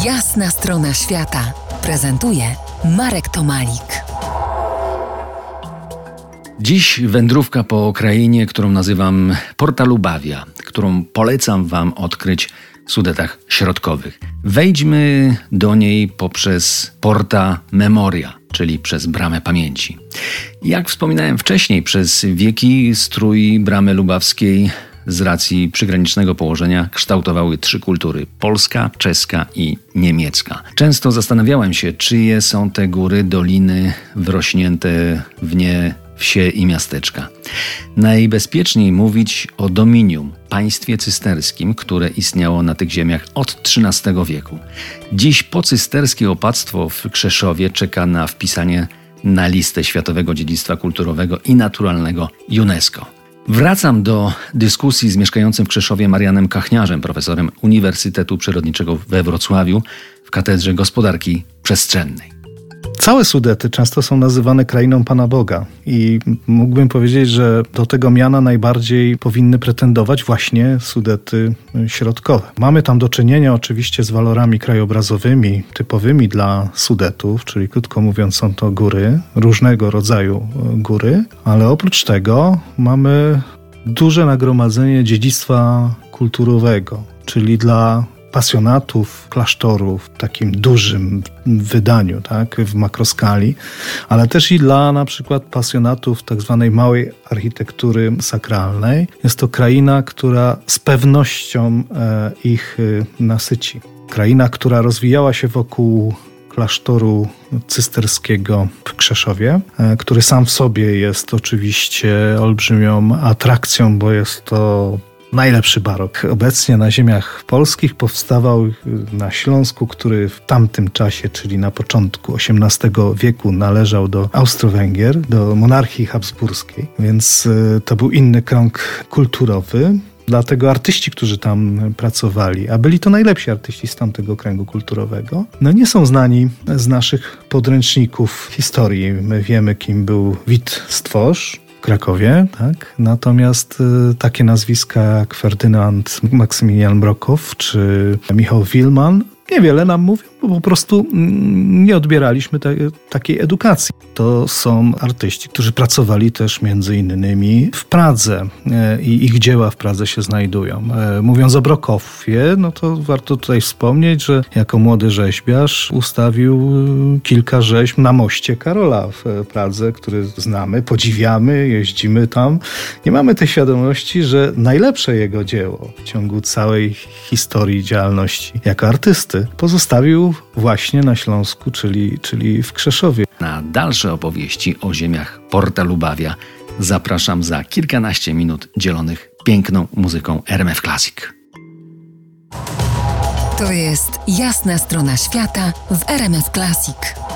Jasna strona świata prezentuje Marek Tomalik. Dziś wędrówka po krainie, którą nazywam Porta Lubavia, którą polecam Wam odkryć w Sudetach Środkowych. Wejdźmy do niej poprzez Porta Memoria, czyli przez Bramę Pamięci. Jak wspominałem wcześniej, przez wieki strój Bramy Lubawskiej z racji przygranicznego położenia kształtowały trzy kultury: polska, czeska i niemiecka. Często zastanawiałem się, czyje są te góry, doliny wrośnięte w nie wsie i miasteczka. Najbezpieczniej mówić o Dominium, państwie cysterskim, które istniało na tych ziemiach od XIII wieku. Dziś pocysterskie opactwo w Krzeszowie czeka na wpisanie na listę Światowego Dziedzictwa Kulturowego i Naturalnego UNESCO. Wracam do dyskusji z mieszkającym w Krzeszowie Marianem Kachniarzem, profesorem Uniwersytetu Przyrodniczego we Wrocławiu w Katedrze Gospodarki Przestrzennej. Całe Sudety często są nazywane krainą Pana Boga i mógłbym powiedzieć, że do tego miana najbardziej powinny pretendować właśnie Sudety Środkowe. Mamy tam do czynienia oczywiście z walorami krajobrazowymi typowymi dla Sudetów, czyli krótko mówiąc są to góry, różnego rodzaju góry, ale oprócz tego mamy duże nagromadzenie dziedzictwa kulturowego, czyli dla pasjonatów klasztoru w takim dużym wydaniu, tak, w makroskali, ale też i dla na przykład pasjonatów tak zwanej małej architektury sakralnej. Jest to kraina, która z pewnością ich nasyci. Kraina, która rozwijała się wokół klasztoru cysterskiego w Krzeszowie, który sam w sobie jest oczywiście olbrzymią atrakcją, bo jest to najlepszy barok. Obecnie na ziemiach polskich powstawał na Śląsku, który w tamtym czasie, czyli na początku XVIII wieku należał do Austro-Węgier, do monarchii habsburskiej, więc to był inny krąg kulturowy. Dlatego artyści, którzy tam pracowali, a byli to najlepsi artyści z tamtego kręgu kulturowego, nie są znani z naszych podręczników historii. My wiemy, kim był Wit Stworz w Krakowie, tak? Natomiast takie nazwiska jak Ferdynand Maksymilian Brokow czy Michał Wilman niewiele nam mówią, bo po prostu nie odbieraliśmy takiej edukacji. To są artyści, którzy pracowali też między innymi w Pradze i ich dzieła w Pradze się znajdują. Mówiąc o Brokowie, to warto tutaj wspomnieć, że jako młody rzeźbiarz ustawił kilka rzeźb na moście Karola w Pradze, który znamy, podziwiamy, jeździmy tam. Nie mamy tej świadomości, że najlepsze jego dzieło w ciągu całej historii działalności jako artysty pozostawił właśnie na Śląsku, czyli w Krzeszowie. Na dalsze opowieści o ziemiach Porta Lubavia zapraszam za kilkanaście minut dzielonych piękną muzyką RMF Classic. To jest Jasna strona świata w RMF Classic.